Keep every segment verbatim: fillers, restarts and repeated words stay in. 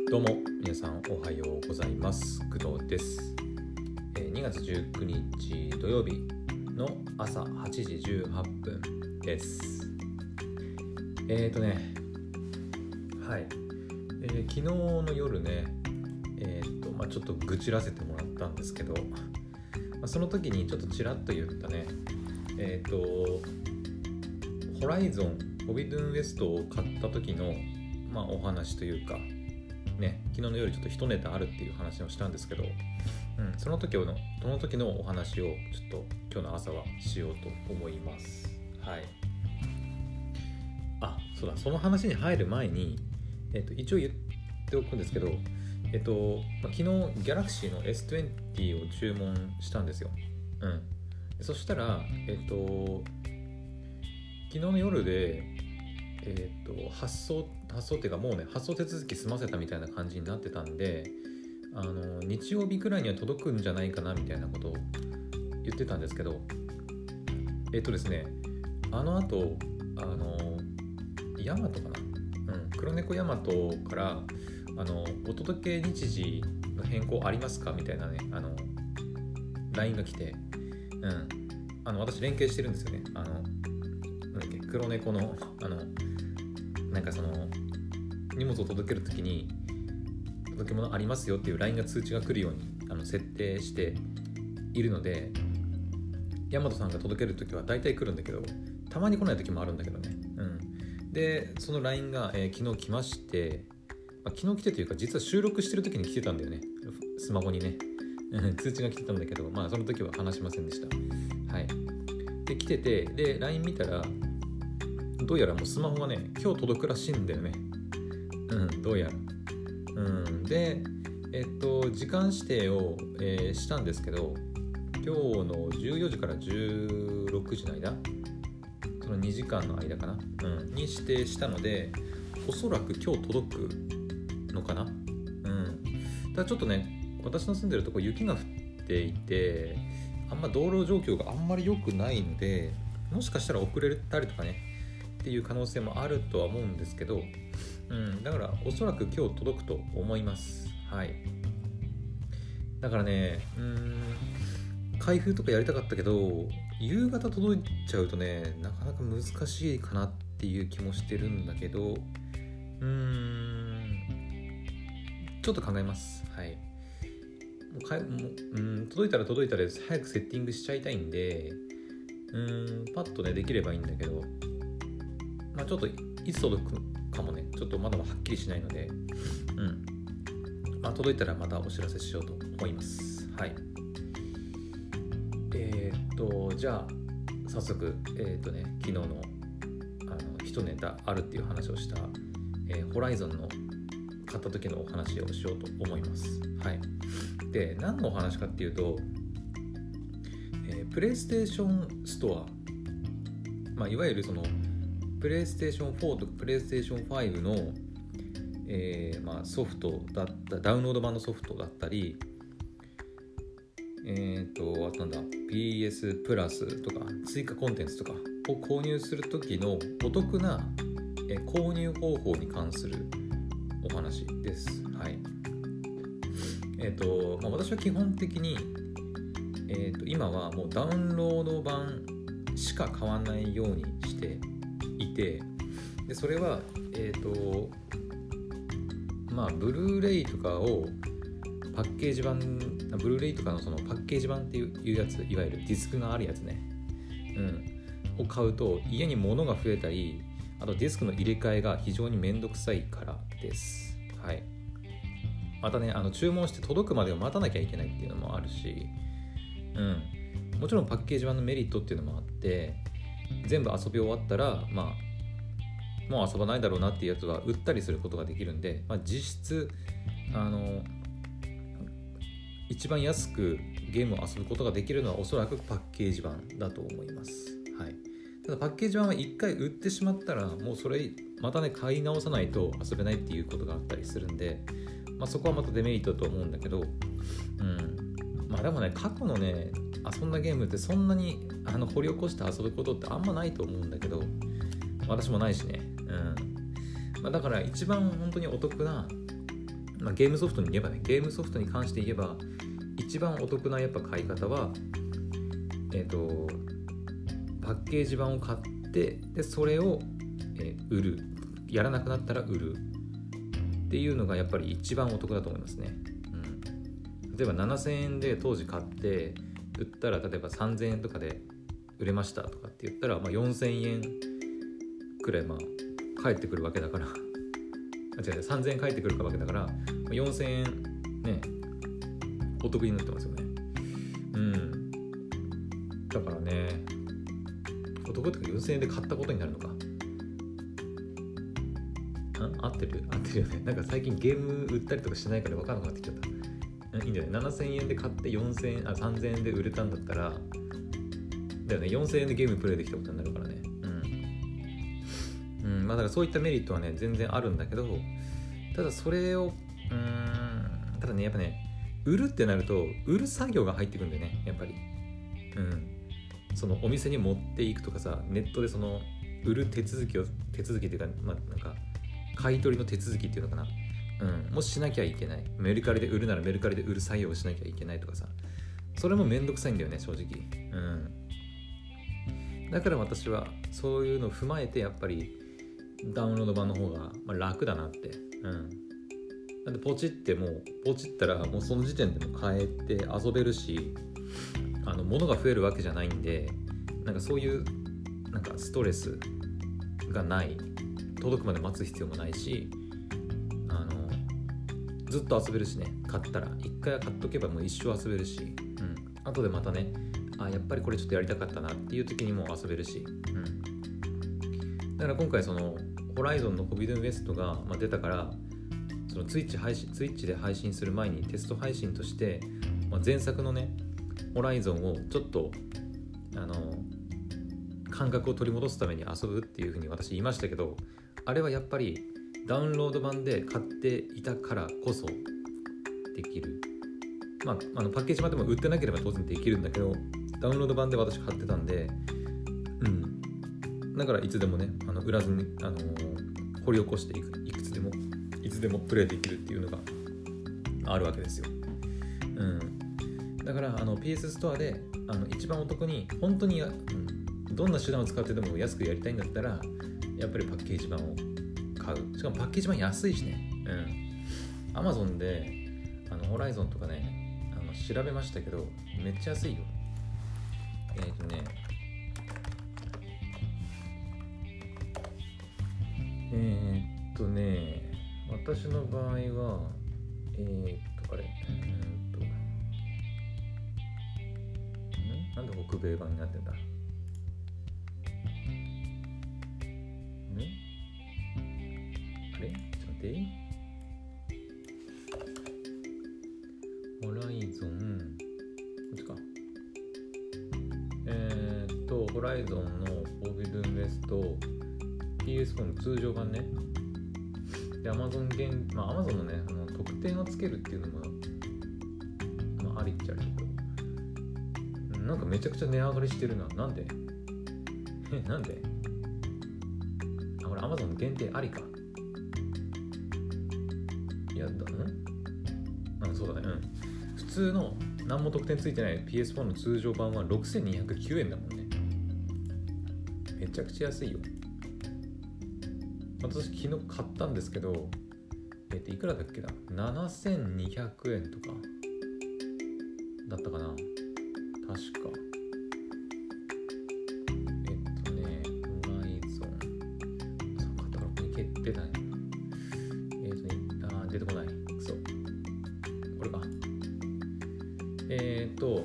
どうも皆さんおはようございます。工藤です。にがつじゅうくにち土曜日の朝はちじじゅうはっぷんです。えーとねはい、えー、昨日の夜ねえーとまあちょっと愚痴らせてもらったんですけど、まあ、その時にちょっとちらっと言ったねえーとホライゾンフォビドゥンウエストを買った時のまあお話というかね、昨日の夜ちょっと一ネタあるっていう話をしたんですけど、うん、その時のその時のお話をちょっと今日の朝はしようと思います。はい。あ、そうだ、その話に入る前に、えっと、一応言っておくんですけど、えっと、まあ、昨日 Galaxy の エスにじゅうを注文したんですよ。うん。そしたら、えっと、昨日の夜で、えー、と発送発送っていうかもうね発送手続き済ませたみたいな感じになってたんで、あの日曜日くらいには届くんじゃないかなみたいなことを言ってたんですけど、えっ、ー、とですねあの後あのヤマトかな、うん、黒猫ヤマトからあのお届け日時の変更ありますかみたいなねあの ライン が来て、うん、あの私連携してるんですよね。あのなんだっけ黒猫のあのなんかその荷物を届けるときに届け物ありますよっていう ライン が通知が来るようにあの設定しているので、ヤマトさんが届けるときは大体来るんだけど、たまに来ないときもあるんだけどね、うん、でその ライン が、えー、昨日来まして、まあ、昨日来てというか実は収録してるときに来てたんだよね、スマホにね通知が来てたんだけど、まあその時は話しませんでした。はい。で来てて、で ライン 見たらどうやらもうスマホがね今日届くらしいんだよね。うんどうやら。うんでえっと時間指定を、えー、したんですけど、今日のじゅうよじからじゅうろくじの間、そのにじかんの間かな、うん、に指定したので、おそらく今日届くのかな。うんただちょっとね私の住んでるとこ雪が降っていて、あんま道路状況があんまり良くないので、もしかしたら遅れたりとかねっていう可能性もあるとは思うんですけど、うん、だからおそらく今日届くと思います。はい。だからね、うーん、開封とかやりたかったけど、夕方届いちゃうとね、なかなか難しいかなっていう気もしてるんだけど、うーん、ちょっと考えます。はい。もうかもう、うん、届いたら届いたら早くセッティングしちゃいたいんで、うーん、パッとねできればいいんだけど、まあ、ちょっといつ届くかもねちょっとまだはっきりしないので、うんまあ、届いたらまたお知らせしようと思います。はい。えー、っとじゃあ早速えー、っとね昨日のあの一ネタあるっていう話をした、えー、ホライゾンの買った時のお話をしようと思います。はい。で何のお話かっていうと、えー、プレイステーションストア、まあ、いわゆるそのプレイステーションフォーとかプレイステーションファイブの、えーまあ、ソフトだったダウンロード版のソフトだったり、えーとあとなんだ ピーエス プラスとか追加コンテンツとかを購入するときのお得な、えー、購入方法に関するお話です。はい。えーと、まあ、私は基本的に、えーと今はもうダウンロード版しか買わないようにしていて、でそれはえっとまあブルーレイとかをパッケージ版、ブルーレイとかのそのパッケージ版っていうやつ、いわゆるディスクがあるやつね、うん、を買うと家に物が増えたり、あとディスクの入れ替えが非常にめんどくさいからです。はい。またねあの注文して届くまでを待たなきゃいけないっていうのもあるし、うん、もちろんパッケージ版のメリットっていうのもあって、全部遊び終わったら、まあ、もう遊ばないだろうなっていうやつは売ったりすることができるんで、まあ、実質あの一番安くゲームを遊ぶことができるのはおそらくパッケージ版だと思います。はい。ただパッケージ版は一回売ってしまったらもうそれまたね買い直さないと遊べないっていうことがあったりするんで、まあ、そこはまたデメリットだと思うんだけど、うん、まあでもね過去のね遊んだゲームってそんなにあの掘り起こして遊ぶことってあんまないと思うんだけど、私もないしね、うんまあ、だから一番本当にお得なまあ、ゲームソフトに言えばねゲームソフトに関して言えば一番お得なやっぱ買い方はえっとパッケージ版を買ってでそれを、えー、売るやらなくなったら売るっていうのがやっぱり一番お得だと思いますね、うん、例えばななせんえんで当時買って売ったら例えばさんぜんえんとかで売れましたとかって言ったら、まあ、よんせんえんくらいまあ返ってくるわけだからあ違う違うさんぜんえん返ってくるわけだからよんせんえんねお得になってますよね。うんだからねお得ってかよんせんえんで買ったことになるのかあ合ってる合ってるよね。なんか最近ゲーム売ったりとかしないから分からなくなってきちゃった。いいんじゃない ?ななせんえんで買ってよんせんえんあさんぜんえんで売れたんだったらだよねよんせんえんでゲームプレイできたことになるからね。うん、うん、まあだからそういったメリットはね全然あるんだけどただそれをうーんただねやっぱね売るってなると売る作業が入ってくるんだよねやっぱり。うんそのお店に持っていくとかさネットでその売る手続きを手続きっていうかまあなんか買い取りの手続きっていうのかな、うん、もししなきゃいけないメルカリで売るならメルカリで売る作業をしなきゃいけないとかさそれもめんどくさいんだよね正直、うん、だから私はそういうのを踏まえてやっぱりダウンロード版の方がまあ楽だなって、うん、なんでポチってもうポチったらもうその時点でも買えて遊べるしあの物が増えるわけじゃないんでなんかそういうなんかストレスがない届くまで待つ必要もないしあのずっと遊べるしね買ったら一回買っとけばもう一生遊べるし、うん、後でまたねあやっぱりこれちょっとやりたかったなっていう時にも遊べるし、うん、だから今回そのホライゾンのフォビドゥンウエストが、まあ、出たからそのツイッチ配信ツイッチで配信する前にテスト配信として、まあ、前作のねホライゾンをちょっとあの感覚を取り戻すために遊ぶっていうふうに私言いましたけどあれはやっぱりダウンロード版で買っていたからこそできる、まあ、あのパッケージ版でも売ってなければ当然できるんだけどダウンロード版で私買ってたんで、うん、だからいつでもねあの売らずに、あのー、掘り起こしていくいくつでもいつでもプレイできるっていうのがあるわけですよ、うん、だからあの ピーエス ストアであの一番お得に本当に、うん、どんな手段を使ってでも安くやりたいんだったらやっぱりパッケージ版を買う。しかもパッケージ版安いしね。うん。Amazon であのホライゾンとかねあの調べましたけどめっちゃ安いよ。えっ、ー、とねえー、っとね私の場合はえー、っとあれうんとんなんで北米版になってんだあれちょっと待ってホライゾンこっちかえー、っとホライゾンのフォービドゥンウエスト ピーエスフォー の通常版ねで Amazon 現まあ Amazon のねあの特典をつけるっていうのも、まあ、ありっちゃあるけどなんかめちゃくちゃ値上がりしてるななんでえなんであこれ Amazon 限定ありかいやだんあそうだねうん普通の何も特典ついてない ピーエスフォー の通常版はろくせんにひゃくきゅうえんだもんねめちゃくちゃ安いよ私昨日買ったんですけどえっといくらだっけなななせんにひゃくえんとかだったかな確かえっとねホライゾンそう買ったからここに決定だねえっとねあ出てこないくそこれかえっと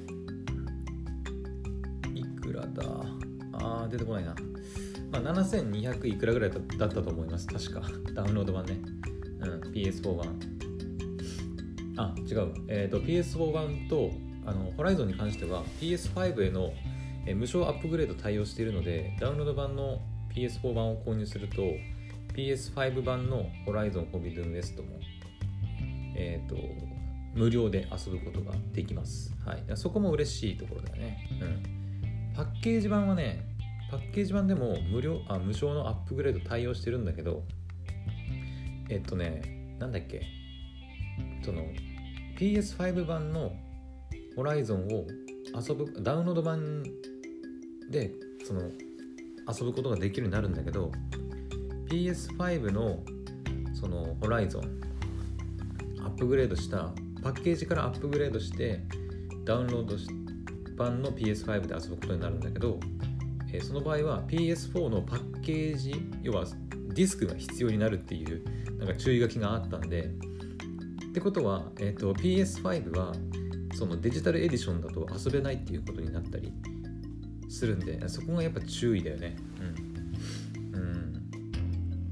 いくらだあ出てこないなまあ、ななせんにひゃくいくらぐらいだったと思います確かダウンロード版ね、うん、ピーエスフォー 版あ違う、えー、と ピーエスフォー 版とあのホライゾンに関しては ピーエスファイブ への、えー、無償アップグレード対応しているのでダウンロード版の ピーエスフォー 版を購入すると ピーエスファイブ 版のホライゾンフォビドゥンウエストも、えー、と無料で遊ぶことができます、はい、そこも嬉しいところだよね、うん、パッケージ版はねパッケージ版でも無料あ無償のアップグレード対応してるんだけどえっとねなんだっけその ピーエスファイブ 版のホライゾンを遊ぶダウンロード版でその遊ぶことができるようになるんだけど、 ピーエスファイブ のそのホライゾンアップグレードしたパッケージからアップグレードしてダウンロード版の ピーエスファイブ で遊ぶことになるんだけど、えー、その場合は ピーエスフォー のパッケージ、要はディスクが必要になるっていうなんか注意書きがあったんで、ってことは、えーと、ピーエスファイブ はそのデジタルエディションだと遊べないっていうことになったりするんで、そこがやっぱ注意だよね。うん、うん、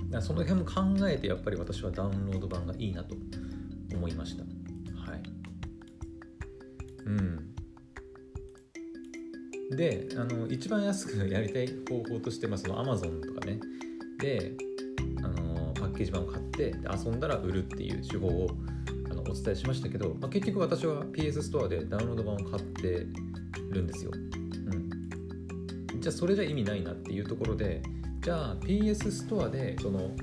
だからその辺も考えてやっぱり私はダウンロード版がいいなと思いました。はい。うん。で、あの一番安くやりたい方法として、まあ、その Amazon とかねで、あのパッケージ版を買って遊んだら売るっていう手法をあのお伝えしましたけど、まあ、結局私は ピーエス ストアでダウンロード版を買ってるんですよ。うん、じゃあそれじゃ意味ないなっていうところで、じゃあ ピーエス ストアでその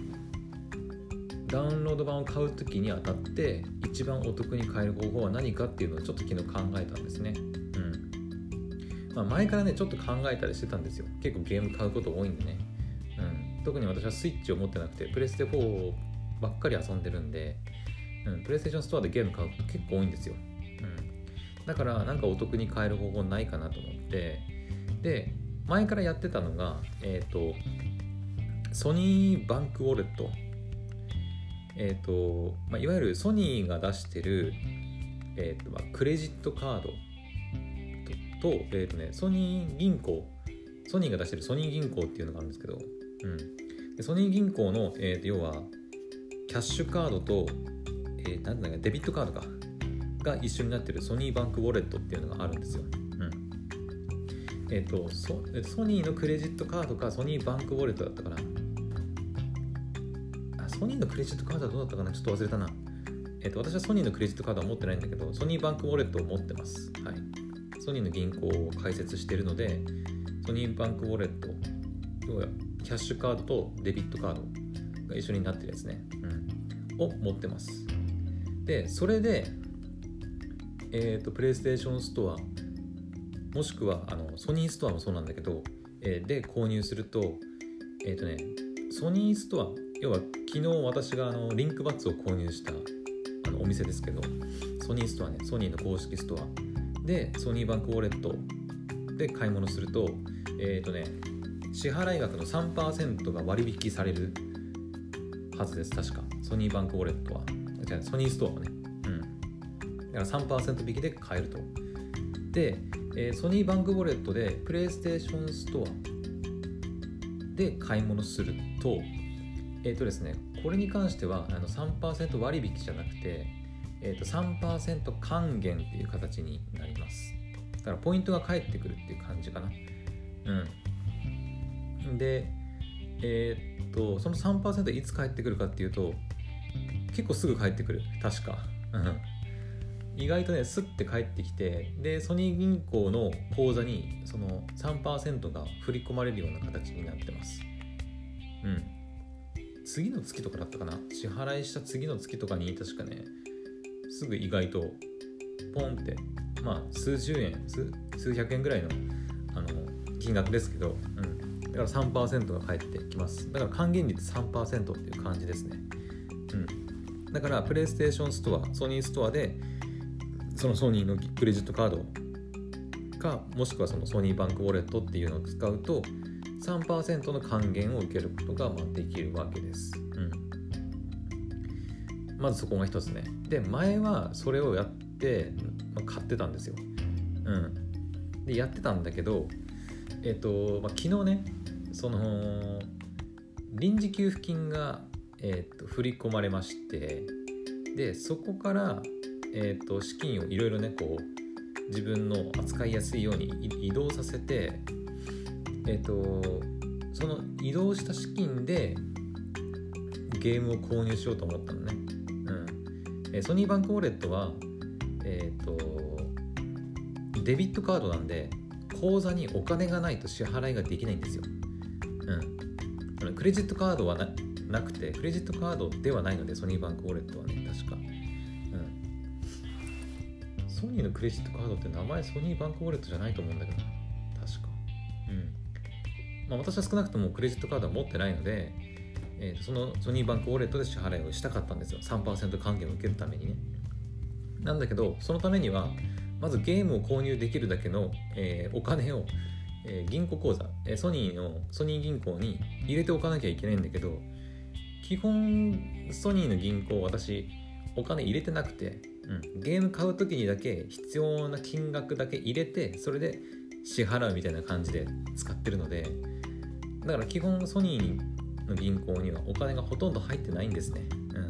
ダウンロード版を買うときにあたって一番お得に買える方法は何かっていうのをちょっと昨日考えたんですね。うん。まあ、前からねちょっと考えたりしてたんですよ。結構ゲーム買うこと多いんでね。うん。特に私はスイッチを持ってなくてプレステフォーばっかり遊んでるんで、うん、プレイステーションストアでゲーム買うこと結構多いんですよ。うん。だからなんかお得に買える方法ないかなと思って、で前からやってたのがえっとソニーバンクウォレット。えーとまあ、いわゆるソニーが出してる、えーとまあ、クレジットカード と, と,、えーとね、ソニー銀行ソニーが出してるソニー銀行っていうのがあるんですけど、うん、でソニー銀行の、えーと要はキャッシュカードと、えー、なんだかデビットカードかが一緒になってるソニーバンクウォレットっていうのがあるんですよ。うん、えーと ソ, ソニーのクレジットカードかソニーバンクウォレットだったかな。ソニーのクレジットカードはどうだったかな、ちょっと忘れたな。えっと、私はソニーのクレジットカードは持ってないんだけど、ソニーバンクウォレットを持ってます。はい。ソニーの銀行を開設しているので、ソニーバンクウォレット、要はキャッシュカードとデビットカードが一緒になってるやつね、うん、を持ってます。で、それで、えっと、プレイステーションストア、もしくはあのソニーストアもそうなんだけど、えー、で購入すると、えっとね、ソニーストア、要は昨日私があのリンクバッツを購入したあのお店ですけど、ソニーストアね、ソニーの公式ストアでソニーバンクウォレットで買い物すると、えっとね、支払い額の さんパーセント が割引されるはずです。確かソニーバンクウォレットはじゃあソニーストアはね、うん、だから さんパーセント 引きで買えると。で、えー、ソニーバンクウォレットでプレイステーションストアで買い物すると、えーとですね、これに関してはあの さんパーセント 割引じゃなくて、えーと さんパーセント 還元っていう形になります。だからポイントが返ってくるっていう感じかな。うん。で、えー、っとその さんパーセント いつ返ってくるかっていうと、結構すぐ返ってくる。確か。意外とね、スッて返ってきて、でソニー銀行の口座にその さんパーセント が振り込まれるような形になってます。うん。次の月とかだったかな、支払いした次の月とかに確かね、すぐ意外とポンって、まあ数十円 数, 数百円ぐらいの、あの金額ですけど、うん、だから さんパーセント が返ってきます。だから還元率 さんパーセント っていう感じですね。うん、だからプレイステーションストア、ソニーストアでそのソニーのクレジットカードか、もしくはそのソニーバンクウォレットっていうのを使うとさんパーセント の還元を受けることができるわけです。うん、まずそこが一つね。で、前はそれをやって、まあ、買ってたんですよ。うん。で、やってたんだけど、えっと、まあ、昨日ね、その臨時給付金が、えっと、振り込まれまして、で、そこから、えっと、資金をいろいろね、こう自分の扱いやすいように移動させて、えっと、その移動した資金でゲームを購入しようと思ったのね。うん。えソニーバンクウォレットは、えっと、デビットカードなんで、口座にお金がないと支払いができないんですよ。うん。クレジットカードは な, なくて、クレジットカードではないので、ソニーバンクウォレットはね、確か。 ソニーのクレジットカードって名前ソニーバンクウォレットじゃないと思うんだけどな、確か。うんまあ、私は少なくともクレジットカードは持ってないので、えー、とそのソニーバンクウォレットで支払いをしたかったんですよ。 さんパーセント 還元を受けるためにね。なんだけどそのためにはまずゲームを購入できるだけの、えー、お金を、えー、銀行口座、えー、ソニーのソニー銀行に入れておかなきゃいけないんだけど、基本ソニーの銀行私お金入れてなくて、うん、ゲーム買う時にだけ必要な金額だけ入れてそれで支払うみたいな感じで使ってるので、だから基本ソニーの銀行にはお金がほとんど入ってないんですね、うん、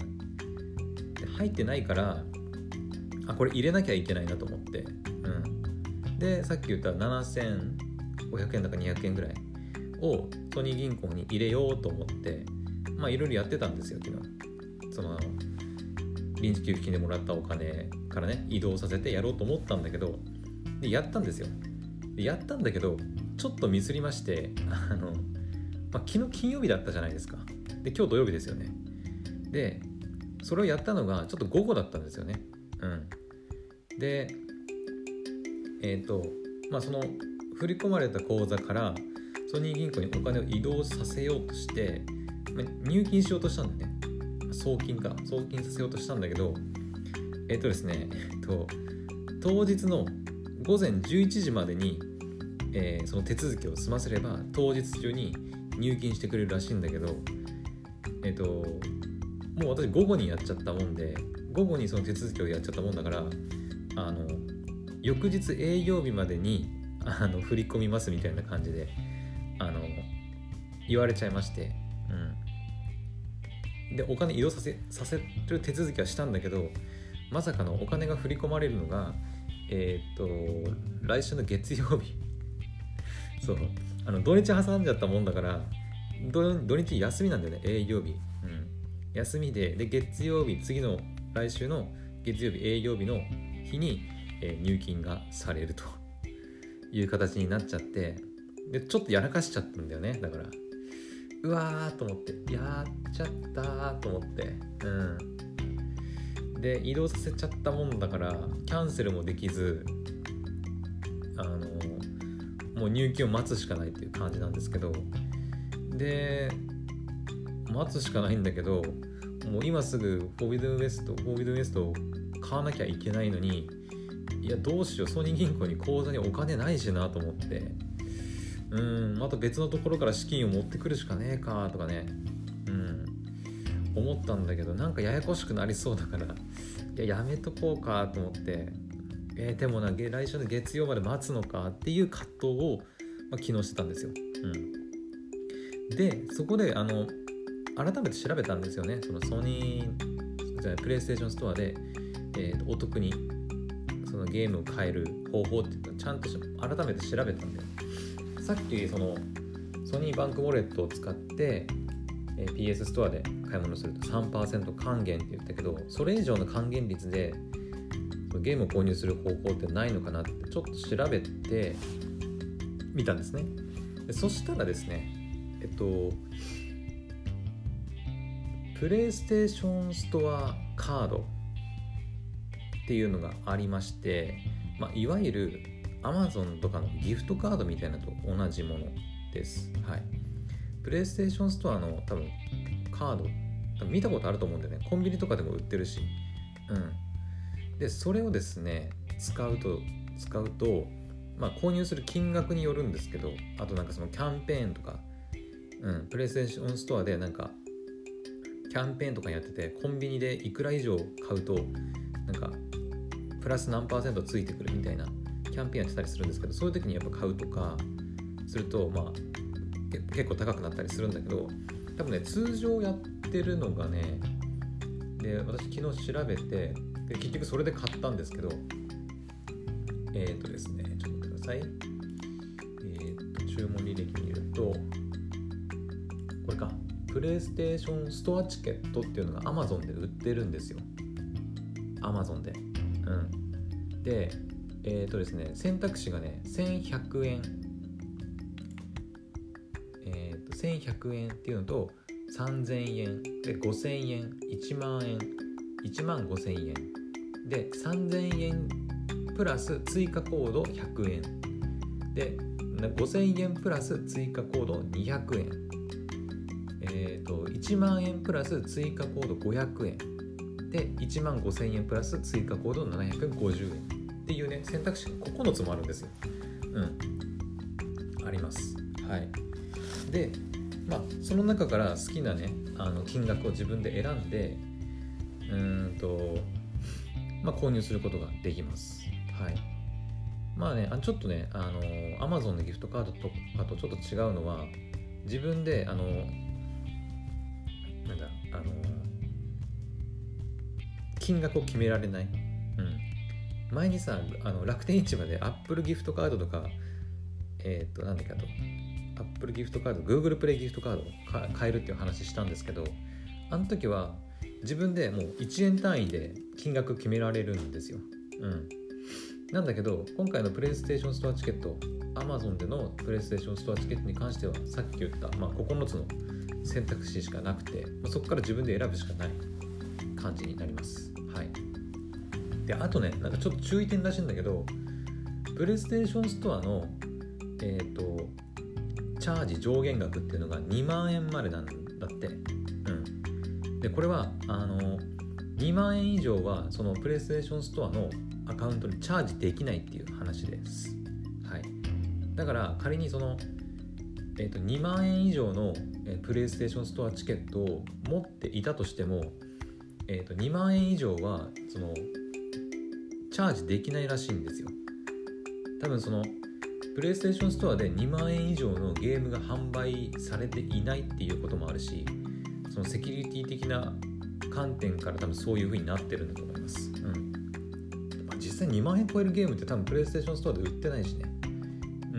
で入ってないからあこれ入れなきゃいけないなと思って、うん、でさっき言ったななせんごひゃくえんだかにひゃくえんぐらいをソニー銀行に入れようと思ってまあいろいろやってたんですよ昨日。その臨時給付金でもらったお金からね移動させてやろうと思ったんだけど、でやったんですよ。でやったんだけどちょっとミスりまして、あの、まあ、昨日金曜日だったじゃないですか。で今日土曜日ですよね。でそれをやったのがちょっと午後だったんですよね。うんでえっ、ー、とまあその振り込まれた口座からソニー銀行にお金を移動させようとして、まあ、入金しようとしたんだよね。送金か送金させようとしたんだけどえっ、ー、とですね、えっと、当日の午前じゅういちじまでに、えー、その手続きを済ませれば当日中に入金してくれるらしいんだけど、えっともう私午後にやっちゃったもんで午後にその手続きをやっちゃったもんだからあの翌日営業日までにあの振り込みますみたいな感じであの言われちゃいまして、うん、でお金移動させさせる手続きはしたんだけどまさかのお金が振り込まれるのがえー、っと来週の月曜日そうあの土日挟んじゃったもんだから土日休みなんだよね営業日、うん、休みでで月曜日次の来週の月曜日営業日の日に、えー、入金がされるという形になっちゃってでちょっとやらかしちゃったんだよね。だからうわーと思ってやっちゃったーと思ってうんで移動させちゃったもんだからキャンセルもできずあのもう入金を待つしかないっていう感じなんですけどで待つしかないんだけどもう今すぐフォービドゥンウエストフォービドゥンウエストを買わなきゃいけないのにいやどうしようソニー銀行に口座にお金ないしなと思ってうーんまた別のところから資金を持ってくるしかねえかとかねうん思ったんだけどなんかややこしくなりそうだからいややめとこうかと思ってえー、でもな来週の月曜まで待つのかっていう葛藤を、まあ、昨日してたんですよ、うん、でそこであの改めて調べたんですよね。そのソニーじゃないプレイステーションストアで、えー、お得にそのゲームを買える方法っていうのをちゃんと改めて調べたんだよ。さっきそのソニーバンクウォレットを使って、えー、ピーエス ストアで買い物すると さんパーセント 還元って言ったけどそれ以上の還元率でゲームを購入する方法ってないのかなってちょっと調べてみたんですね。でそしたらですねえっとプレイステーションストアカードっていうのがありまして、まあ、いわゆる Amazon とかのギフトカードみたいなのと同じものです、はい、プレイステーションストアの多分カード多分見たことあると思うんだよね。コンビニとかでも売ってるし、うん、でそれをですね使うと使うと、まあ、購入する金額によるんですけどあとなんかそのキャンペーンとか、うん、プレイステーションストアでなんかキャンペーンとかやっててコンビニでいくら以上買うとなんかプラス何パーセントついてくるみたいなキャンペーンやってたりするんですけどそういう時にやっぱ買うとかするとまあ結構高くなったりするんだけど多分ね通常やってるのがねで私昨日調べてで結局それで買ったんですけどえっ、ー、とですねちょっと待ってくださいえっ、ー、と注文履歴見るとこれかプレイステーションストアチケットっていうのが Amazon で売ってるんですよ Amazon でうんでえっ、ー、とですね選択肢がねせんひゃくえんえっ、ー、とせんひゃくえんっていうのとさんぜんえんでごせんえんいちまんえんいちまんごせんえんでさんぜんえんプラス追加コードひゃくえんで、ごせんえんプラス追加コードにひゃくえん、えー、といちまんえんプラス追加コードごひゃくえんで、いちまんごせんえんプラス追加コードななひゃくごじゅうえんっていうね、選択肢がここのつもあるんですよ。うん、あります。はい。で、まあその中から好きなね、あの金額を自分で選んで、うーんと、まあ購入することができます。はい。まあね、あちょっとね、あの Amazon のギフトカードとかとちょっと違うのは、自分であのなんだあの金額を決められない。うん。前にさ、あの楽天市場で Apple ギフトカードとか、えっとなんだっけ、あと Apple ギフトカード、Google プレイギフトカードを買えるっていう話したんですけど、あの時は自分でもういちえん単位で金額決められるんですよ。うん。なんだけど、今回のプレイステーションストアチケット、Amazon でのプレイステーションストアチケットに関しては、さっき言った、まあ、ここのつの選択肢しかなくて、そこから自分で選ぶしかない感じになります。はい。で、あとね、なんかちょっと注意点らしいんだけど、プレイステーションストアの、えっと、チャージ上限額っていうのがにまんえんまでなんだって。うん。で、これは、あの、にまんえん以上は、そのプレイステーションストアのアカウントにチャージできないっていう話です。はい。だから仮にその、えーと、にまんえん以上のプレイステーションストアチケットを持っていたとしても、えーと、にまんえん以上はそのチャージできないらしいんですよ。多分そのプレイステーションストアでにまんえん以上のゲームが販売されていないっていうこともあるし、そのセキュリティ的な観点から多分そういう風になってるんだと思います。うん。実際にまんえん超えるゲームって多分プレイステーションストアで売ってないしね。うん。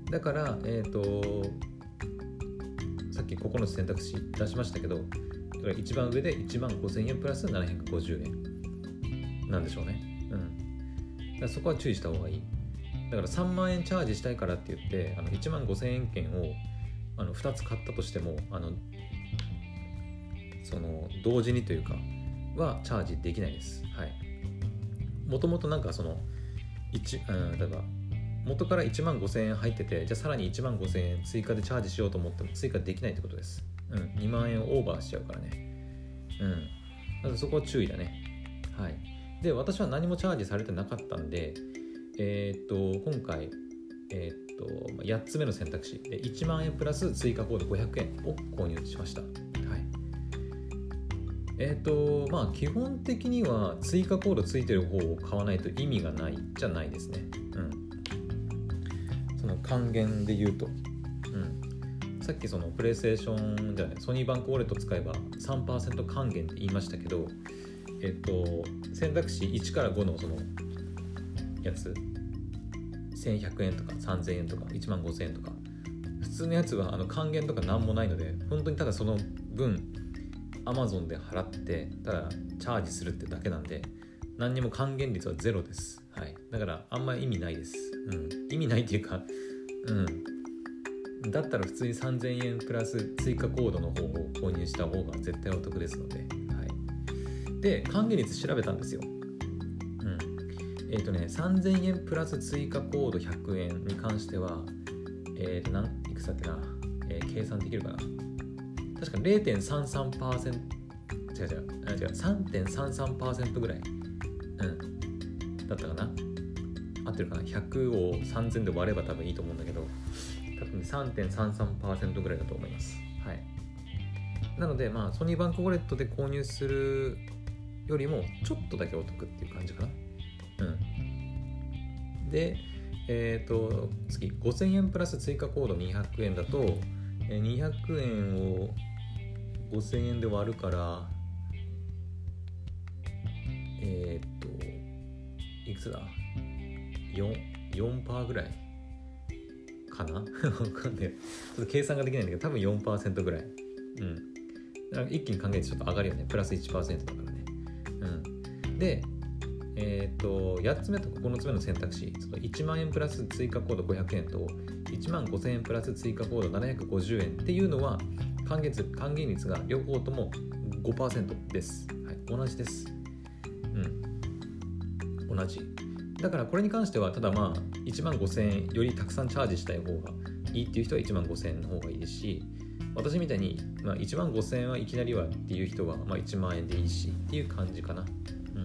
だから、えっと、さっきここの選択肢出しましたけど、一番上でいちまんごせんえんプラスななひゃくごじゅうえんなんでしょうね。うん。だからそこは注意した方がいい。だからさんまんえんチャージしたいからって言って、あのいちまんごせんえん券をあのふたつ買ったとしても、あのその同時にというかはチャージできないです。はい。もともとなんかその1、うん、例えば元からいちまんごせんえん入ってて、じゃあさらにいちまんごせんえん追加でチャージしようと思っても追加できないってことです。うん、にまんえんをオーバーしちゃうからね。うん。だからそこは注意だね。はい。で、私は何もチャージされてなかったんで、えー、っと今回えー、っとやっつめの選択肢でいちまんえんプラス追加コードごひゃくえんを購入しました。えっとまあ基本的には追加コードついてる方を買わないと意味がないじゃないですね。うん。その還元で言うと、うん。さっきそのプレイステーションじゃないソニーバンクウォレット使えば さんパーセント 還元って言いましたけど、えっと選択肢いちからごのそのやつせんひゃくえんとかさんぜんえんとかいちまんごせんえんとか普通のやつはあの還元とかなんもないので、本当にただその分Amazon で払ってただチャージするってだけなんで、何にも還元率はゼロです。はい。だからあんまり意味ないです。うん。意味ないっていうか、うん。だったら普通にさんぜんえんプラス追加コードの方を購入した方が絶対お得ですので、はい。で、還元率調べたんですよ。うん。えっとね、さんぜんえんプラス追加コードひゃくえんに関しては、えっと、なんいくつだっけな、えー、計算できるかな。確か れいてんさんさんパーセント 違う違うあ違う さんてんさんさんパーセント ぐらい、うん、だったかな。合ってるかな。ひゃくをさんぜんで割れば多分いいと思うんだけど、多分 さんてんさんさんパーセント ぐらいだと思います。はい。なのでまあソニーバンクウォレットで購入するよりもちょっとだけお得っていう感じかな。うん。でえっと次ごせんえんプラス追加コードにひゃくえんだとにひゃくえんをごせんえんで割るからえー、っといくつだ 4, 4%ぐらいかなわかんない。ちょっと計算ができないんだけど多分 よんパーセント ぐらい。うんだから一気に還元率ちょっと上がるよね。プラス いちパーセント だからね。うんでえー、っとやっつめとここのつめの選択肢、そのいちまんえんプラス追加コードごひゃくえんといちまんごせんえんプラス追加コードななひゃくごじゅうえんっていうのは還元率、還元率が両方とも ごパーセント です。はい、同じです。うん。同じ。 だからこれに関してはただまあいちまんごせんえんよりたくさんチャージしたい方がいいっていう人はいちまんごせんえんの方がいいですし、私みたいに、まあ、いちまんごせんえんはいきなりはっていう人は、まあ、いちまんえんでいいしっていう感じかな。うん。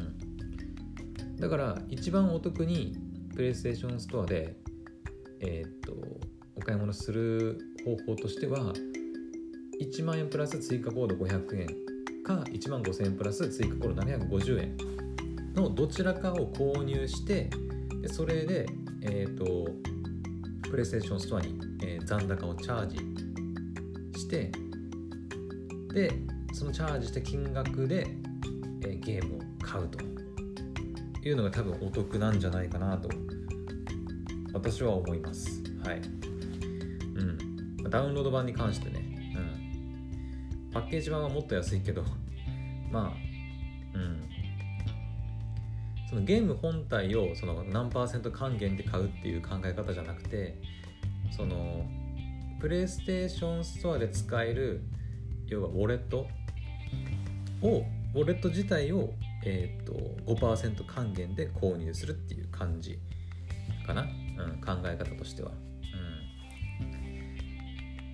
だから一番お得にプレイステーションストアでえー、っとお買い物する方法としてはいちまんえんプラス追加コードごひゃくえんかいちまんごせんえんプラス追加コードななひゃくごじゅうえんのどちらかを購入して、でそれで、えー、とプレイステーションストアに、えー、残高をチャージしてでそのチャージした金額で、えー、ゲームを買うというのが多分お得なんじゃないかなと私は思います。はい。うん。ダウンロード版に関してね、うん。パッケージ版はもっと安いけど、まあ、うん。そのゲーム本体をその何パーセント還元で買うっていう考え方じゃなくて、そのプレイステーションストアで使える要はウォレットをウォレット自体を、えー、と ごパーセント 還元で購入するっていう感じかな、うん、考え方としては、うん、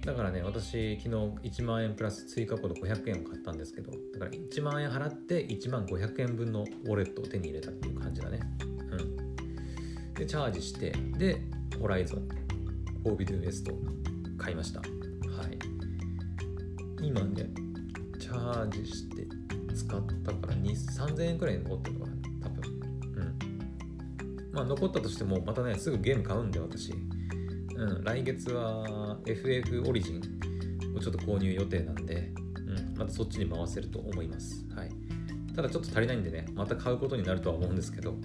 だからね私昨日いちまんえんプラス追加コードごひゃくえんを買ったんですけど、だからいちまんえん払っていちまんごひゃくえんぶんのウォレットを手に入れたっていう感じだね、うん、でチャージしてでホライゾンフォービドゥウエスト買いました。はい、今ねチャージして使ったからさんぜんえんくらい残ってるのかな多分。うん。まあ残ったとしてもまたねすぐゲーム買うんで私。うん。来月は エフエフ オリジンをちょっと購入予定なんで、うん。またそっちに回せると思います。はい。ただちょっと足りないんでねまた買うことになるとは思うんですけど、うん。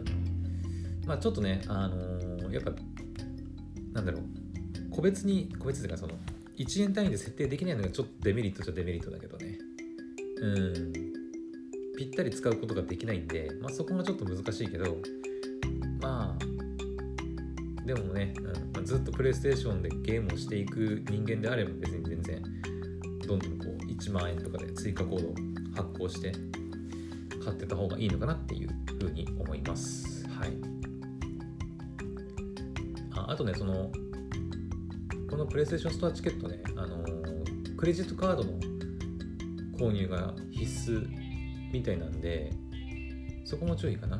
まあちょっとねあのー、やっぱなんだろう個別に個別というかそのいちえん単位で設定できないのがちょっとデメリットじゃデメリットだけどね。うん、ぴったり使うことができないんで、まあ、そこがちょっと難しいけどまあでもね、うんまあ、ずっとプレイステーションでゲームをしていく人間であれば別に全然どんどんこういちまんえんとかで追加コードを発行して買ってた方がいいのかなっていうふうに思います。はい。あ、あとねそのこのプレイステーションストアチケットね、あのー、クレジットカードの購入が必須みたいなんでそこも注意かな。うん。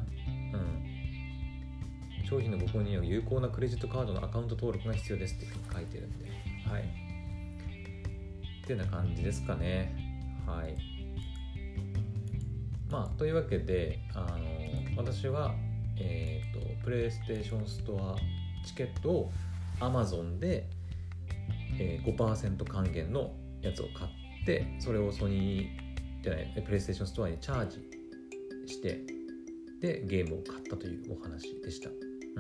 商品のご購入には有効なクレジットカードのアカウント登録が必要ですって書いてるんで、はい。ってな感じですかね。はい。まあというわけで、あの私はえっとプレイステーションストアチケットを Amazon で、えー、ごパーセント 還元のやつを買ってそれをソニーじゃないプレイステーションストアにチャージしてでゲームを買ったというお話でした。うん。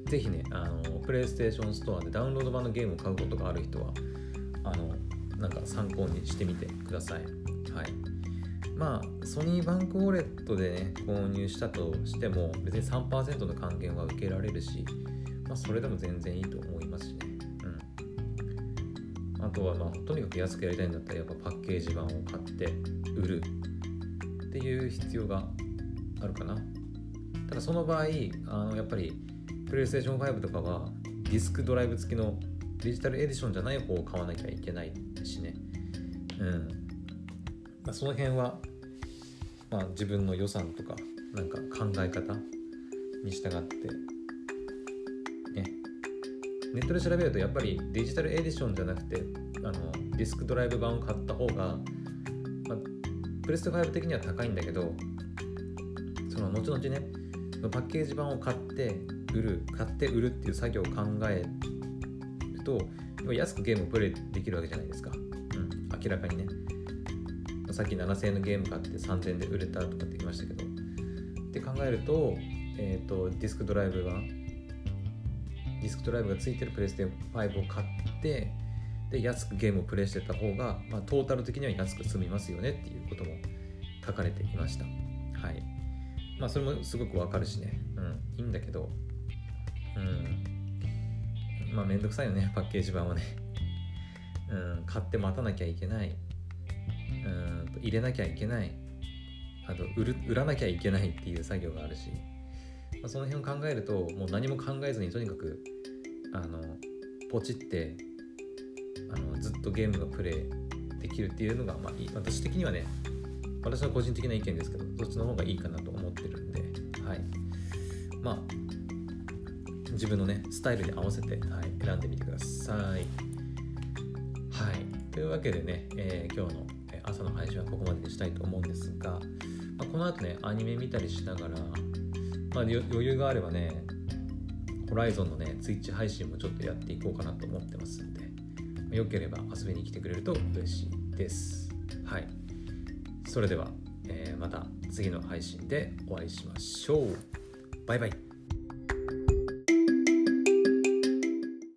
ぜひねあのプレイステーションストアでダウンロード版のゲームを買うことがある人はあのなんか参考にしてみてください。はい。まあソニーバンクウォレットでね購入したとしても別に さんパーセント の還元は受けられるし、まあそれでも全然いいと思いますしね。あとはまあとにかく安くやりたいんだったらやっぱパッケージ版を買って売るっていう必要があるかな。ただその場合あのやっぱりプレイステーションファイブとかはディスクドライブ付きのデジタルエディションじゃない方を買わなきゃいけないしね。うん。まあ、その辺はまあ自分の予算とかなんか考え方に従ってね。ネットで調べるとやっぱりデジタルエディションじゃなくてあのディスクドライブ版を買った方が、まあ、プレステファイブ的には高いんだけどその後々ねパッケージ版を買って売る買って売るっていう作業を考えると安くゲームをプレイできるわけじゃないですか、うん、明らかにねさっきななせんえんのゲーム買ってさんぜんえんで売れたとかって言いましたけどって考えると、えーと、ディスクドライブ版ディスクドライブがついてるプレステファイブを買ってで安くゲームをプレイしてた方が、まあ、トータル的には安く済みますよねっていうことも書かれていました。はい。まあそれもすごくわかるしね、うん、いいんだけど、うん、まあめんどくさいよねパッケージ版はね、うん、買って待たなきゃいけない、うん、入れなきゃいけない、あと売る売らなきゃいけないっていう作業があるし、 あ、その辺を考えるともう何も考えずにとにかくあのポチってあのずっとゲームがプレイできるっていうのが、まあ、私的にはね、私の個人的な意見ですけど、そっちの方がいいかなと思ってるんで、はい、まあ自分のねスタイルに合わせて、はい、選んでみてください。はい、というわけでね、えー、今日の朝の配信はここまでにしたいと思うんですが、まあ、この後ねアニメ見たりしながら、まあ、余裕があればねホライゾンのねツイッチ配信もちょっとやっていこうかなと思ってますので、よければ遊びに来てくれると嬉しいです。はい、それでは、えー、また次の配信でお会いしましょう。バイバイ。